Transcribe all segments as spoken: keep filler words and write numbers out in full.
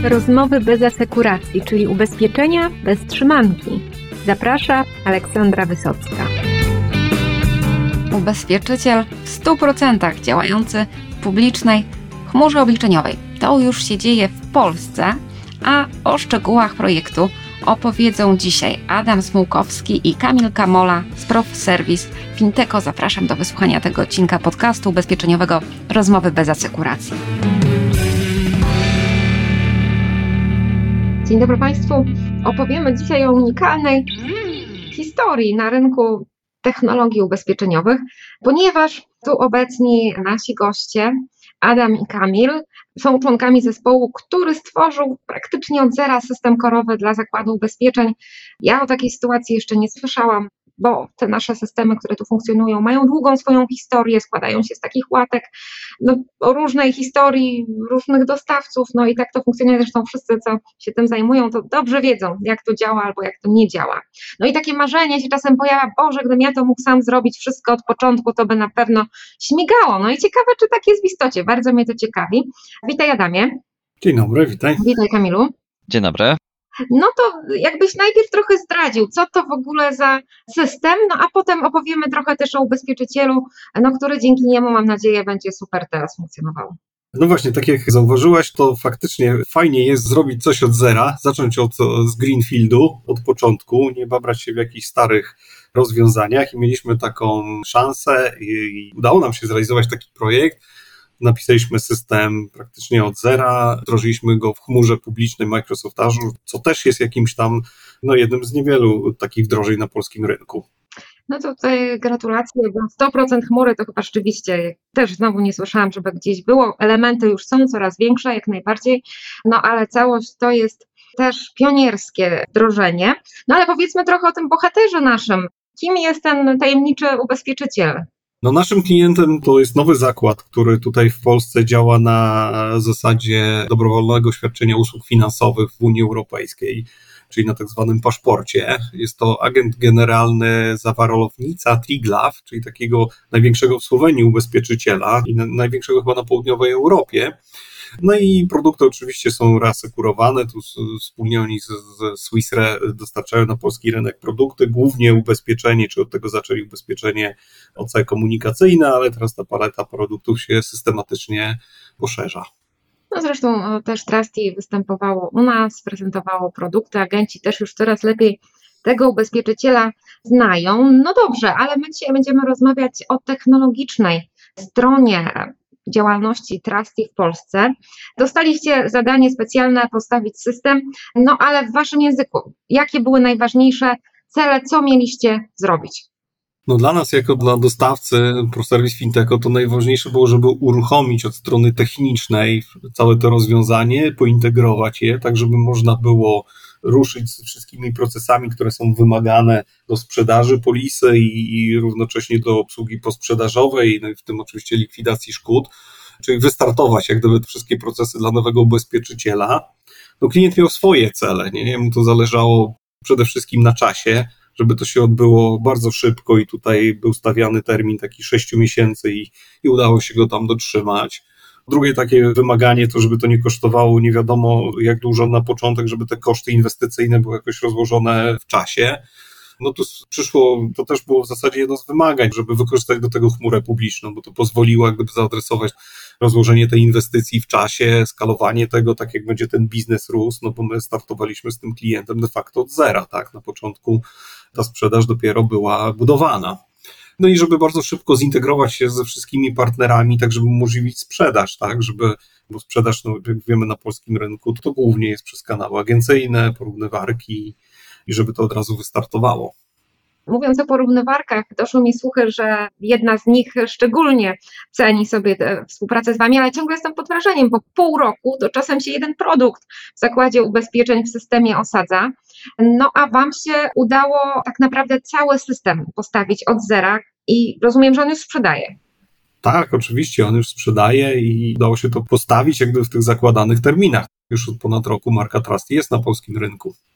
Rozmowy bez asekuracji, czyli ubezpieczenia bez trzymanki. Zaprasza Aleksandra Wysocka. Ubezpieczyciel w stu procentach działający w publicznej chmurze obliczeniowej. To już się dzieje w Polsce, a o szczegółach projektu opowiedzą dzisiaj Adam Smułkowski i Kamil Kamola z ProfService Finteco. Zapraszam do wysłuchania tego odcinka podcastu ubezpieczeniowego Rozmowy bez asekuracji. Dzień dobry Państwu. Opowiemy dzisiaj o unikalnej historii na rynku technologii ubezpieczeniowych, ponieważ tu obecni nasi goście, Adam i Kamil, są członkami zespołu, który stworzył praktycznie od zera system korowy dla zakładu ubezpieczeń. Ja o takiej sytuacji jeszcze nie słyszałam, bo te nasze systemy, które tu funkcjonują, mają długą swoją historię, składają się z takich łatek, no, o różnej historii, różnych dostawców, no i tak to funkcjonuje. Zresztą wszyscy, co się tym zajmują, to dobrze wiedzą, jak to działa albo jak to nie działa. No i takie marzenie się czasem pojawia, Boże, gdybym ja to mógł sam zrobić wszystko od początku, to by na pewno śmigało. No i ciekawe, czy tak jest w istocie, bardzo mnie to ciekawi. Witaj Adamie. Dzień dobry, witaj. Witaj Kamilu. Dzień dobry. No to jakbyś najpierw trochę zdradził, co to w ogóle za system, no a potem opowiemy trochę też o ubezpieczycielu, no który dzięki niemu, mam nadzieję, będzie super teraz funkcjonował. No właśnie, tak jak zauważyłaś, to faktycznie fajnie jest zrobić coś od zera, zacząć od z greenfieldu, od początku, nie babrać się w jakichś starych rozwiązaniach i mieliśmy taką szansę i udało nam się zrealizować taki projekt. Napisaliśmy system praktycznie od zera, wdrożyliśmy go w chmurze publicznej Microsoft Azure, co też jest jakimś tam, no jednym z niewielu takich wdrożeń na polskim rynku. No to tutaj gratulacje, bo sto procent chmury to chyba rzeczywiście, też znowu nie słyszałam, żeby gdzieś było, elementy już są coraz większe, jak najbardziej, no ale całość to jest też pionierskie wdrożenie. No ale powiedzmy trochę o tym bohaterze naszym. Kim jest ten tajemniczy ubezpieczyciel? No naszym klientem to jest nowy zakład, który tutaj w Polsce działa na zasadzie dobrowolnego świadczenia usług finansowych w Unii Europejskiej, czyli na tak zwanym paszporcie. Jest to agent generalny zawarolownica Triglav, czyli takiego największego w Słowenii ubezpieczyciela i największego chyba na południowej Europie. No i produkty oczywiście są reasekurowane, tu wspólnie oni z, z Swiss Re dostarczają na polski rynek produkty, głównie ubezpieczenie, czy od tego zaczęli ubezpieczenie O C komunikacyjne, ale teraz ta paleta produktów się systematycznie poszerza. No zresztą też Trusty występowało u nas, prezentowało produkty, agenci też już coraz lepiej tego ubezpieczyciela znają. No dobrze, ale my dzisiaj będziemy rozmawiać o technologicznej stronie działalności Trusty w Polsce. Dostaliście zadanie specjalne postawić system, no ale w waszym języku, jakie były najważniejsze cele, co mieliście zrobić? No dla nas, jako dla dostawcy ProfService Finteco, to najważniejsze było, żeby uruchomić od strony technicznej całe to rozwiązanie, pointegrować je, tak żeby można było ruszyć z wszystkimi procesami, które są wymagane do sprzedaży polisy i, i równocześnie do obsługi posprzedażowej, no i w tym oczywiście likwidacji szkód, czyli wystartować jak gdyby te wszystkie procesy dla nowego ubezpieczyciela. No klient miał swoje cele, nie? Jemu to zależało przede wszystkim na czasie, żeby to się odbyło bardzo szybko i tutaj był stawiany termin taki sześciu miesięcy i, i udało się go tam dotrzymać. Drugie takie wymaganie to, żeby to nie kosztowało nie wiadomo jak dużo na początek, żeby te koszty inwestycyjne były jakoś rozłożone w czasie. No to przyszło, to też było w zasadzie jedno z wymagań, żeby wykorzystać do tego chmurę publiczną, bo to pozwoliło jak gdyby zaadresować rozłożenie tej inwestycji w czasie, skalowanie tego, tak jak będzie ten biznes rósł, no bo my startowaliśmy z tym klientem de facto od zera, tak, na początku ta sprzedaż dopiero była budowana. No i żeby bardzo szybko zintegrować się ze wszystkimi partnerami, tak żeby umożliwić sprzedaż, tak, żeby, bo sprzedaż, no, jak wiemy na polskim rynku, to głównie jest przez kanały agencyjne, porównywarki i żeby to od razu wystartowało. Mówiąc o porównywarkach, doszły mi słuchy, że jedna z nich szczególnie ceni sobie współpracę z wami, ale ciągle jestem pod wrażeniem, bo pół roku to czasem się jeden produkt w zakładzie ubezpieczeń w systemie osadza, no a wam się udało tak naprawdę cały system postawić od zera i rozumiem, że on już sprzedaje. Tak, oczywiście, on już sprzedaje i udało się to postawić jakby w tych zakładanych terminach. Już od ponad roku marka Trusty jest na polskim rynku.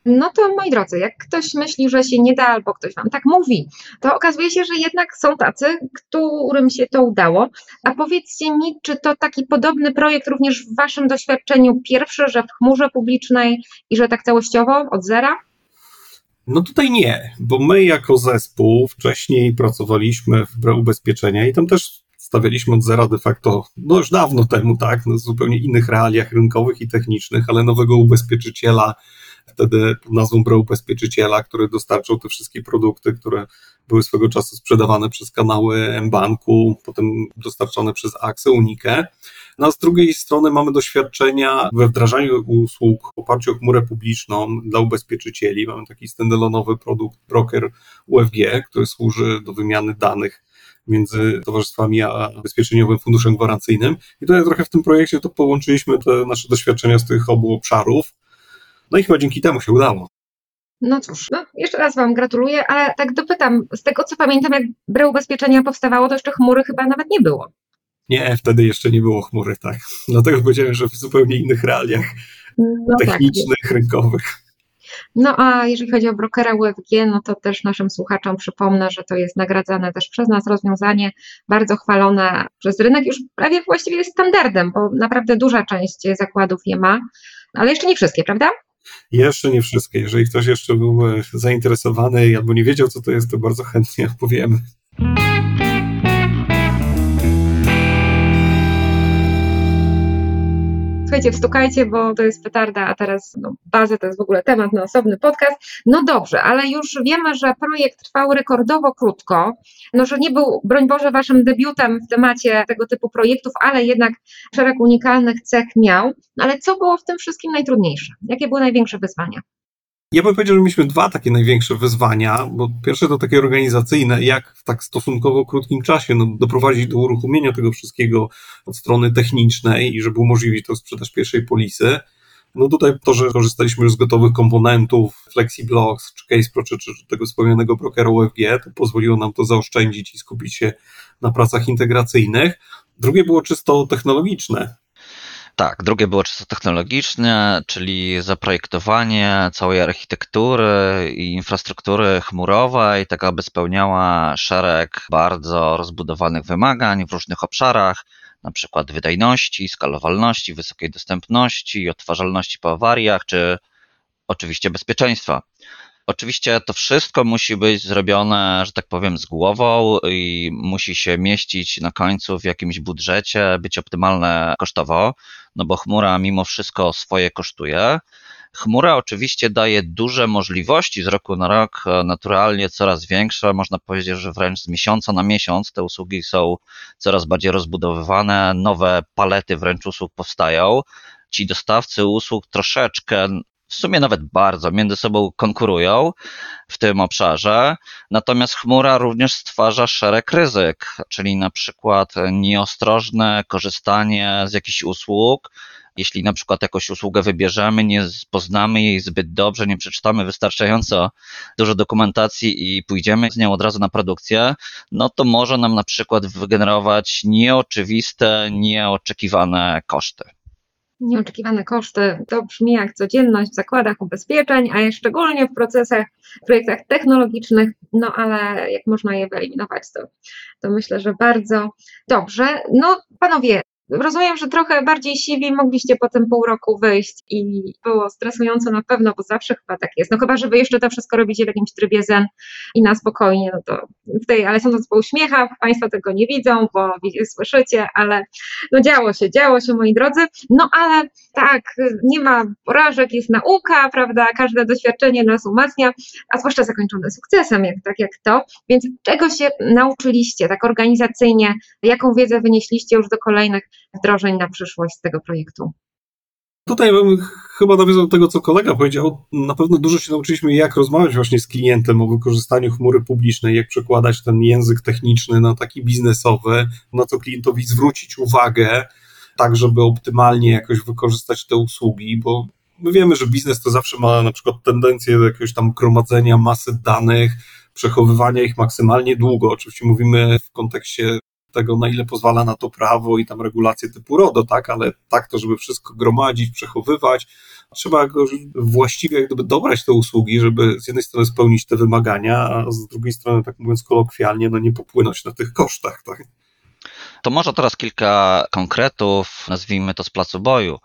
No to moi drodzy, jak ktoś myśli, że się nie da, albo ktoś wam tak mówi, to okazuje się, że jednak są tacy, którym się to udało. A powiedzcie mi, czy to taki podobny projekt również w waszym doświadczeniu pierwszy, że w chmurze publicznej i że tak całościowo, od zera? No tutaj nie, bo my jako zespół wcześniej pracowaliśmy w Breu Ubezpieczenia i tam też stawialiśmy od zera de facto, no już dawno temu, tak, na zupełnie innych realiach rynkowych i technicznych, ale nowego ubezpieczyciela, wtedy pod nazwą Breu Ubezpieczyciela, który dostarczał te wszystkie produkty, które były swego czasu sprzedawane przez kanały mBanku, potem dostarczone przez Axę, Unikę. No a z drugiej strony mamy doświadczenia we wdrażaniu usług w oparciu o chmurę publiczną dla ubezpieczycieli. Mamy taki standalone'owy produkt broker U F G, który służy do wymiany danych między towarzystwami a Ubezpieczeniowym Funduszem Gwarancyjnym. I tutaj trochę w tym projekcie to połączyliśmy te nasze doświadczenia z tych obu obszarów. No i chyba dzięki temu się udało. No cóż, no jeszcze raz wam gratuluję, ale tak dopytam, z tego co pamiętam, jak Breu Ubezpieczenia powstawało, to jeszcze chmury chyba nawet nie było. Nie, wtedy jeszcze nie było chmury, tak. Dlatego powiedziałem, że w zupełnie innych realiach no technicznych, tak, rynkowych. No a jeżeli chodzi o brokera U F G, no to też naszym słuchaczom przypomnę, że to jest nagradzane też przez nas rozwiązanie, bardzo chwalone przez rynek, już prawie właściwie jest standardem, bo naprawdę duża część zakładów je ma, ale jeszcze nie wszystkie, prawda? Jeszcze nie wszystkie. Jeżeli ktoś jeszcze był zainteresowany albo nie wiedział, co to jest, to bardzo chętnie opowiemy. Słuchajcie, wstukajcie, bo to jest petarda, a teraz no, bazy to jest w ogóle temat na osobny podcast. No dobrze, ale już wiemy, że projekt trwał rekordowo krótko, no że nie był, broń Boże, waszym debiutem w temacie tego typu projektów, ale jednak szereg unikalnych cech miał. Ale co było w tym wszystkim najtrudniejsze? Jakie były największe wyzwania? Ja bym powiedział, że mieliśmy dwa takie największe wyzwania, bo pierwsze to takie organizacyjne, jak w tak stosunkowo krótkim czasie no, doprowadzić do uruchomienia tego wszystkiego od strony technicznej i żeby umożliwić to sprzedaż pierwszej polisy. No tutaj to, że korzystaliśmy już z gotowych komponentów, FlexiBlocks, czy CasePro, czy, czy tego wspomnianego brokera U F G, to pozwoliło nam to zaoszczędzić i skupić się na pracach integracyjnych. Drugie było czysto technologiczne. Tak, drugie było czysto technologiczne, czyli zaprojektowanie całej architektury i infrastruktury chmurowej, tak aby spełniała szereg bardzo rozbudowanych wymagań w różnych obszarach, na przykład wydajności, skalowalności, wysokiej dostępności, odtwarzalności po awariach, czy oczywiście bezpieczeństwa. Oczywiście to wszystko musi być zrobione, że tak powiem, z głową i musi się mieścić na końcu w jakimś budżecie, być optymalne kosztowo, no bo chmura mimo wszystko swoje kosztuje. Chmura oczywiście daje duże możliwości z roku na rok, naturalnie coraz większe, można powiedzieć, że wręcz z miesiąca na miesiąc te usługi są coraz bardziej rozbudowywane, nowe palety wręcz usług powstają. Ci dostawcy usług troszeczkę, w sumie nawet bardzo, między sobą konkurują w tym obszarze, natomiast chmura również stwarza szereg ryzyk, czyli na przykład nieostrożne korzystanie z jakichś usług. Jeśli na przykład jakąś usługę wybierzemy, nie poznamy jej zbyt dobrze, nie przeczytamy wystarczająco dużo dokumentacji i pójdziemy z nią od razu na produkcję, no to może nam na przykład wygenerować nieoczywiste, nieoczekiwane koszty. Nieoczekiwane koszty, to brzmi jak codzienność w zakładach ubezpieczeń, a szczególnie w procesach, w projektach technologicznych, no ale jak można je wyeliminować, to, to myślę, że bardzo dobrze. No panowie, rozumiem, że trochę bardziej siwi mogliście po tym pół roku wyjść i było stresująco na pewno, bo zawsze chyba tak jest. No chyba, że wy jeszcze to wszystko robicie w jakimś trybie zen i na spokojnie, no to tutaj Alessandro po uśmiechach, państwo tego nie widzą, bo słyszycie, ale no działo się, działo się, moi drodzy. No ale tak, nie ma porażek, jest nauka, prawda, każde doświadczenie nas umacnia, a zwłaszcza zakończone sukcesem, jak, tak jak to. Więc czego się nauczyliście tak organizacyjnie, jaką wiedzę wynieśliście już do kolejnych wdrożeń na przyszłość z tego projektu? Tutaj bym chyba nawiązał do tego, co kolega powiedział. Na pewno dużo się nauczyliśmy, jak rozmawiać właśnie z klientem o wykorzystaniu chmury publicznej, jak przekładać ten język techniczny na taki biznesowy, na co klientowi zwrócić uwagę, tak żeby optymalnie jakoś wykorzystać te usługi, bo my wiemy, że biznes to zawsze ma na przykład tendencję do jakiegoś tam gromadzenia masy danych, przechowywania ich maksymalnie długo. Oczywiście mówimy w kontekście tego, na ile pozwala na to prawo i tam regulacje typu RODO, tak, ale tak to, żeby wszystko gromadzić, przechowywać, trzeba właściwie jak gdyby dobrać te usługi, żeby z jednej strony spełnić te wymagania, a z drugiej strony, tak mówiąc kolokwialnie, no nie popłynąć na tych kosztach, tak. To może teraz kilka konkretów, nazwijmy to z placu boju.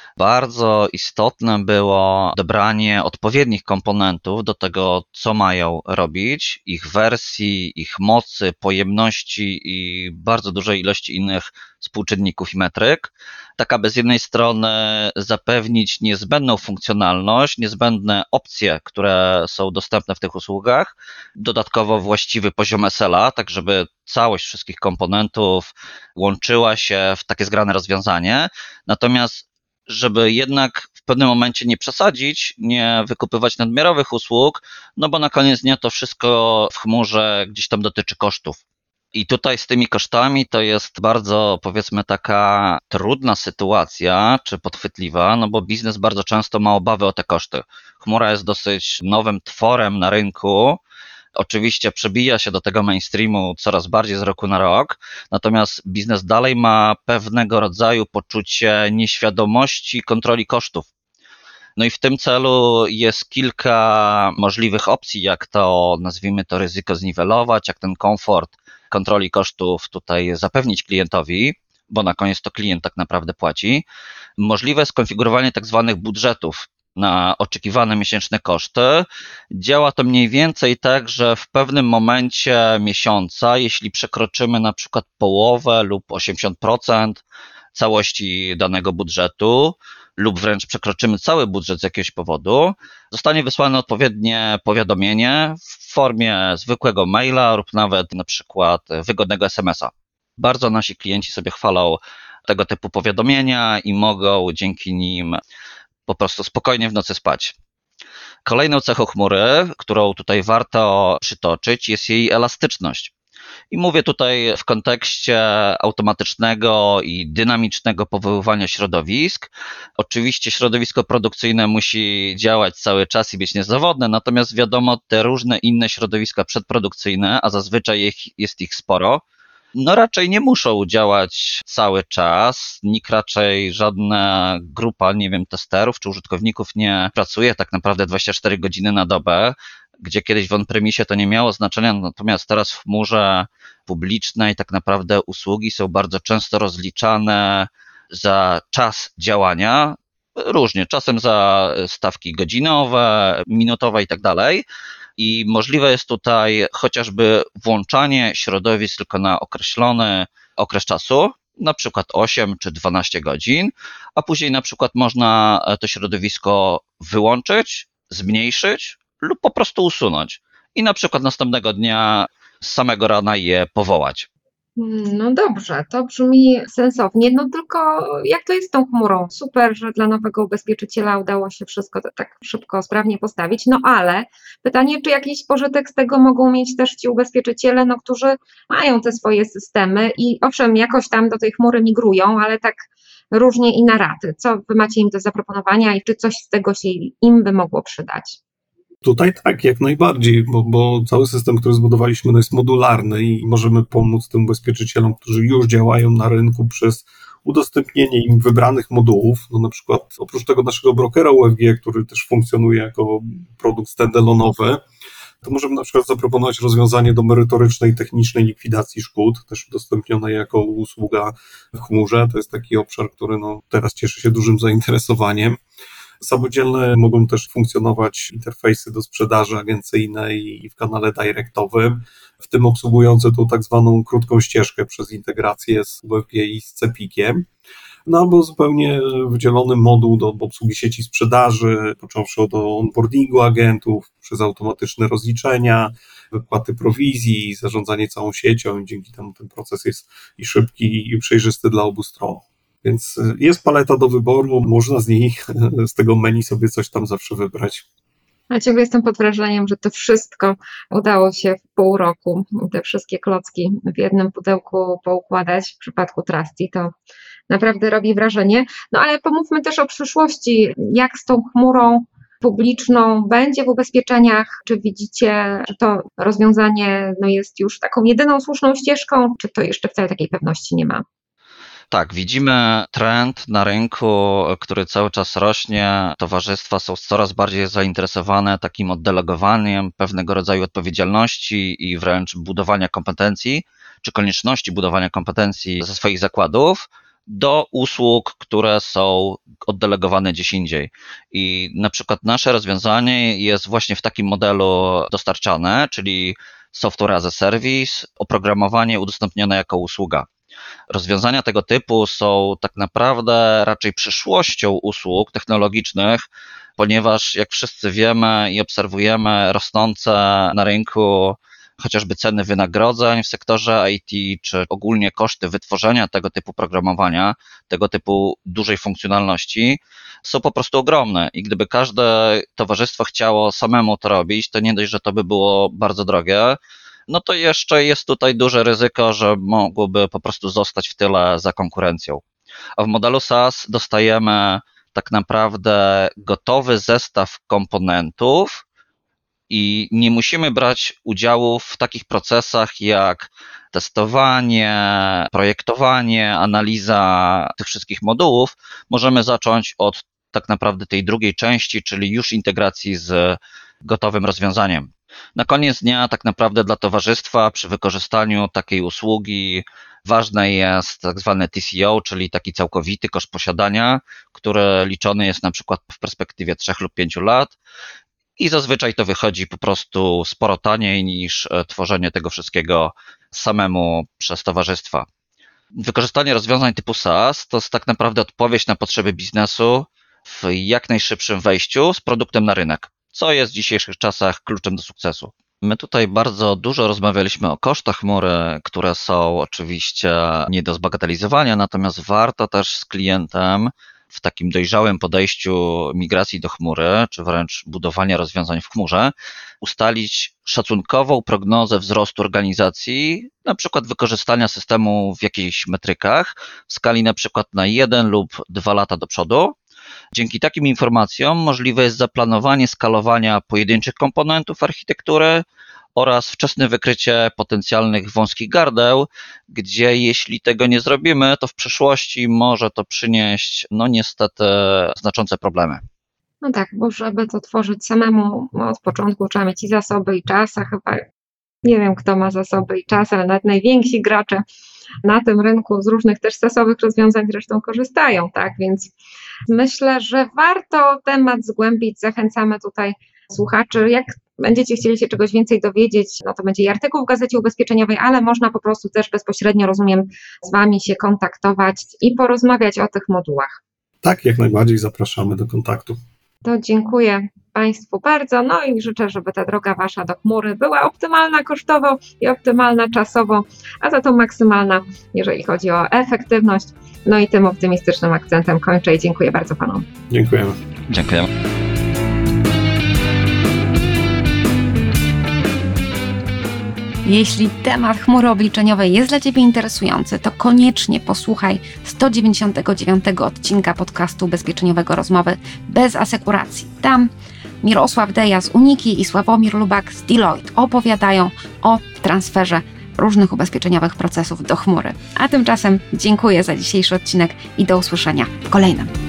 Bardzo istotne było dobranie odpowiednich komponentów do tego, co mają robić, ich wersji, ich mocy, pojemności i bardzo dużej ilości innych współczynników i metryk, tak aby z jednej strony zapewnić niezbędną funkcjonalność, niezbędne opcje, które są dostępne w tych usługach, dodatkowo właściwy poziom S L A, tak żeby całość wszystkich komponentów łączyła się w takie zgrane rozwiązanie, natomiast żeby jednak w pewnym momencie nie przesadzić, nie wykupywać nadmiarowych usług, no bo na koniec dnia to wszystko w chmurze gdzieś tam dotyczy kosztów. I tutaj z tymi kosztami to jest bardzo, powiedzmy, taka trudna sytuacja, czy podchwytliwa, no bo biznes bardzo często ma obawy o te koszty. Chmura jest dosyć nowym tworem na rynku, oczywiście przebija się do tego mainstreamu coraz bardziej z roku na rok, natomiast biznes dalej ma pewnego rodzaju poczucie nieświadomości kontroli kosztów. No i w tym celu jest kilka możliwych opcji, jak to, nazwijmy to, ryzyko zniwelować, jak ten komfort kontroli kosztów tutaj zapewnić klientowi, bo na koniec to klient tak naprawdę płaci. Możliwe jest skonfigurowanie tak zwanych budżetów na oczekiwane miesięczne koszty. Działa to mniej więcej tak, że w pewnym momencie miesiąca, jeśli przekroczymy na przykład połowę lub osiemdziesiąt procent całości danego budżetu, lub wręcz przekroczymy cały budżet z jakiegoś powodu, zostanie wysłane odpowiednie powiadomienie w formie zwykłego maila lub nawet na przykład wygodnego es em es a. Bardzo nasi klienci sobie chwalą tego typu powiadomienia i mogą dzięki nim po prostu spokojnie w nocy spać. Kolejną cechą chmury, którą tutaj warto przytoczyć, jest jej elastyczność. I mówię tutaj w kontekście automatycznego i dynamicznego powoływania środowisk. Oczywiście środowisko produkcyjne musi działać cały czas i być niezawodne, natomiast wiadomo, te różne inne środowiska przedprodukcyjne, a zazwyczaj jest ich sporo, no raczej nie muszą działać cały czas. Nikt raczej, żadna grupa, nie wiem, testerów czy użytkowników nie pracuje tak naprawdę dwadzieścia cztery godziny na dobę, gdzie kiedyś w on-premisie to nie miało znaczenia, natomiast teraz w chmurze publicznej tak naprawdę usługi są bardzo często rozliczane za czas działania, różnie, czasem za stawki godzinowe, minutowe i tak dalej. I możliwe jest tutaj chociażby włączanie środowisk tylko na określony okres czasu, na przykład osiem czy dwanaście godzin, a później na przykład można to środowisko wyłączyć, zmniejszyć lub po prostu usunąć i na przykład następnego dnia z samego rana je powołać. No dobrze, to brzmi sensownie, no tylko jak to jest z tą chmurą? Super, że dla nowego ubezpieczyciela udało się wszystko tak szybko, sprawnie postawić, no ale pytanie, czy jakiś pożytek z tego mogą mieć też ci ubezpieczyciele, no którzy mają te swoje systemy i owszem, jakoś tam do tej chmury migrują, ale tak różnie i na raty. Co wy macie im do zaproponowania i czy coś z tego się im by mogło przydać? Tutaj tak, jak najbardziej, bo, bo cały system, który zbudowaliśmy, no jest modularny i możemy pomóc tym ubezpieczycielom, którzy już działają na rynku przez udostępnienie im wybranych modułów. No na przykład oprócz tego naszego brokera U F G, który też funkcjonuje jako produkt standalone'owy, to możemy na przykład zaproponować rozwiązanie do merytorycznej, technicznej likwidacji szkód, też udostępnione jako usługa w chmurze. To jest taki obszar, który no teraz cieszy się dużym zainteresowaniem. Samodzielne mogą też funkcjonować interfejsy do sprzedaży agencyjnej i w kanale directowym, w tym obsługujące tą tak zwaną krótką ścieżkę przez integrację z U F G i z Cepikiem. No albo zupełnie wydzielony moduł do obsługi sieci sprzedaży, począwszy od onboardingu agentów, przez automatyczne rozliczenia, wypłaty prowizji, zarządzanie całą siecią i dzięki temu ten proces jest i szybki i przejrzysty dla obu stron. Więc jest paleta do wyboru, można z niej, z tego menu sobie coś tam zawsze wybrać. Ja ciągle jestem pod wrażeniem, że to wszystko udało się w pół roku, te wszystkie klocki w jednym pudełku poukładać w przypadku Trusty, to naprawdę robi wrażenie. No ale pomówmy też o przyszłości, jak z tą chmurą publiczną będzie w ubezpieczeniach? Czy widzicie, że to rozwiązanie no, jest już taką jedyną słuszną ścieżką, czy to jeszcze wcale takiej pewności nie ma? Tak, widzimy trend na rynku, który cały czas rośnie. Towarzystwa są coraz bardziej zainteresowane takim oddelegowaniem pewnego rodzaju odpowiedzialności i wręcz budowania kompetencji, czy konieczności budowania kompetencji ze swoich zakładów do usług, które są oddelegowane gdzieś indziej. I na przykład nasze rozwiązanie jest właśnie w takim modelu dostarczane, czyli software as a service, oprogramowanie udostępnione jako usługa. Rozwiązania tego typu są tak naprawdę raczej przyszłością usług technologicznych, ponieważ jak wszyscy wiemy i obserwujemy rosnące na rynku chociażby ceny wynagrodzeń w sektorze I T, czy ogólnie koszty wytworzenia tego typu programowania, tego typu dużej funkcjonalności są po prostu ogromne i gdyby każde towarzystwo chciało samemu to robić, to nie dość, że to by było bardzo drogie, no to jeszcze jest tutaj duże ryzyko, że mogłoby po prostu zostać w tyle za konkurencją. A w modelu SaaS dostajemy tak naprawdę gotowy zestaw komponentów i nie musimy brać udziału w takich procesach jak testowanie, projektowanie, analiza tych wszystkich modułów. Możemy zacząć od tak naprawdę tej drugiej części, czyli już integracji z gotowym rozwiązaniem. Na koniec dnia tak naprawdę dla towarzystwa przy wykorzystaniu takiej usługi ważne jest tak zwany T C O, czyli taki całkowity koszt posiadania, który liczony jest na przykład w perspektywie trzech lub pięciu lat i zazwyczaj to wychodzi po prostu sporo taniej niż tworzenie tego wszystkiego samemu przez towarzystwa. Wykorzystanie rozwiązań typu SaaS to jest tak naprawdę odpowiedź na potrzeby biznesu w jak najszybszym wejściu z produktem na rynek, co jest w dzisiejszych czasach kluczem do sukcesu. My tutaj bardzo dużo rozmawialiśmy o kosztach chmury, które są oczywiście nie do zbagatelizowania, natomiast warto też z klientem w takim dojrzałym podejściu migracji do chmury, czy wręcz budowania rozwiązań w chmurze, ustalić szacunkową prognozę wzrostu organizacji, na przykład wykorzystania systemu w jakichś metrykach w skali na przykład na jeden lub dwa lata do przodu. Dzięki takim informacjom możliwe jest zaplanowanie skalowania pojedynczych komponentów architektury oraz wczesne wykrycie potencjalnych wąskich gardeł, gdzie jeśli tego nie zrobimy, to w przyszłości może to przynieść, no niestety, znaczące problemy. No tak, bo żeby to tworzyć samemu no od początku trzeba mieć i zasoby, i czas, a chyba nie wiem, kto ma zasoby i czas, ale nawet najwięksi gracze na tym rynku z różnych też stosowych rozwiązań zresztą korzystają, tak, więc myślę, że warto temat zgłębić, zachęcamy tutaj słuchaczy, jak będziecie chcieli się czegoś więcej dowiedzieć, no to będzie i artykuł w Gazecie Ubezpieczeniowej, ale można po prostu też bezpośrednio, rozumiem, z Wami się kontaktować i porozmawiać o tych modułach. Tak, jak najbardziej zapraszamy do kontaktu. To dziękuję Państwu bardzo, no i życzę, żeby ta droga Wasza do chmury była optymalna kosztowo i optymalna czasowo, a za to maksymalna, jeżeli chodzi o efektywność. No i tym optymistycznym akcentem kończę i dziękuję bardzo Panom. Dziękujemy. Dziękujemy. Jeśli temat chmury obliczeniowej jest dla Ciebie interesujący, to koniecznie posłuchaj sto dziewięćdziesiątego dziewiątego odcinka podcastu ubezpieczeniowego Rozmowy bez asekuracji. Tam Mirosław Deja z Uniki i Sławomir Lubak z Deloitte opowiadają o transferze różnych ubezpieczeniowych procesów do chmury. A tymczasem dziękuję za dzisiejszy odcinek i do usłyszenia w kolejnym.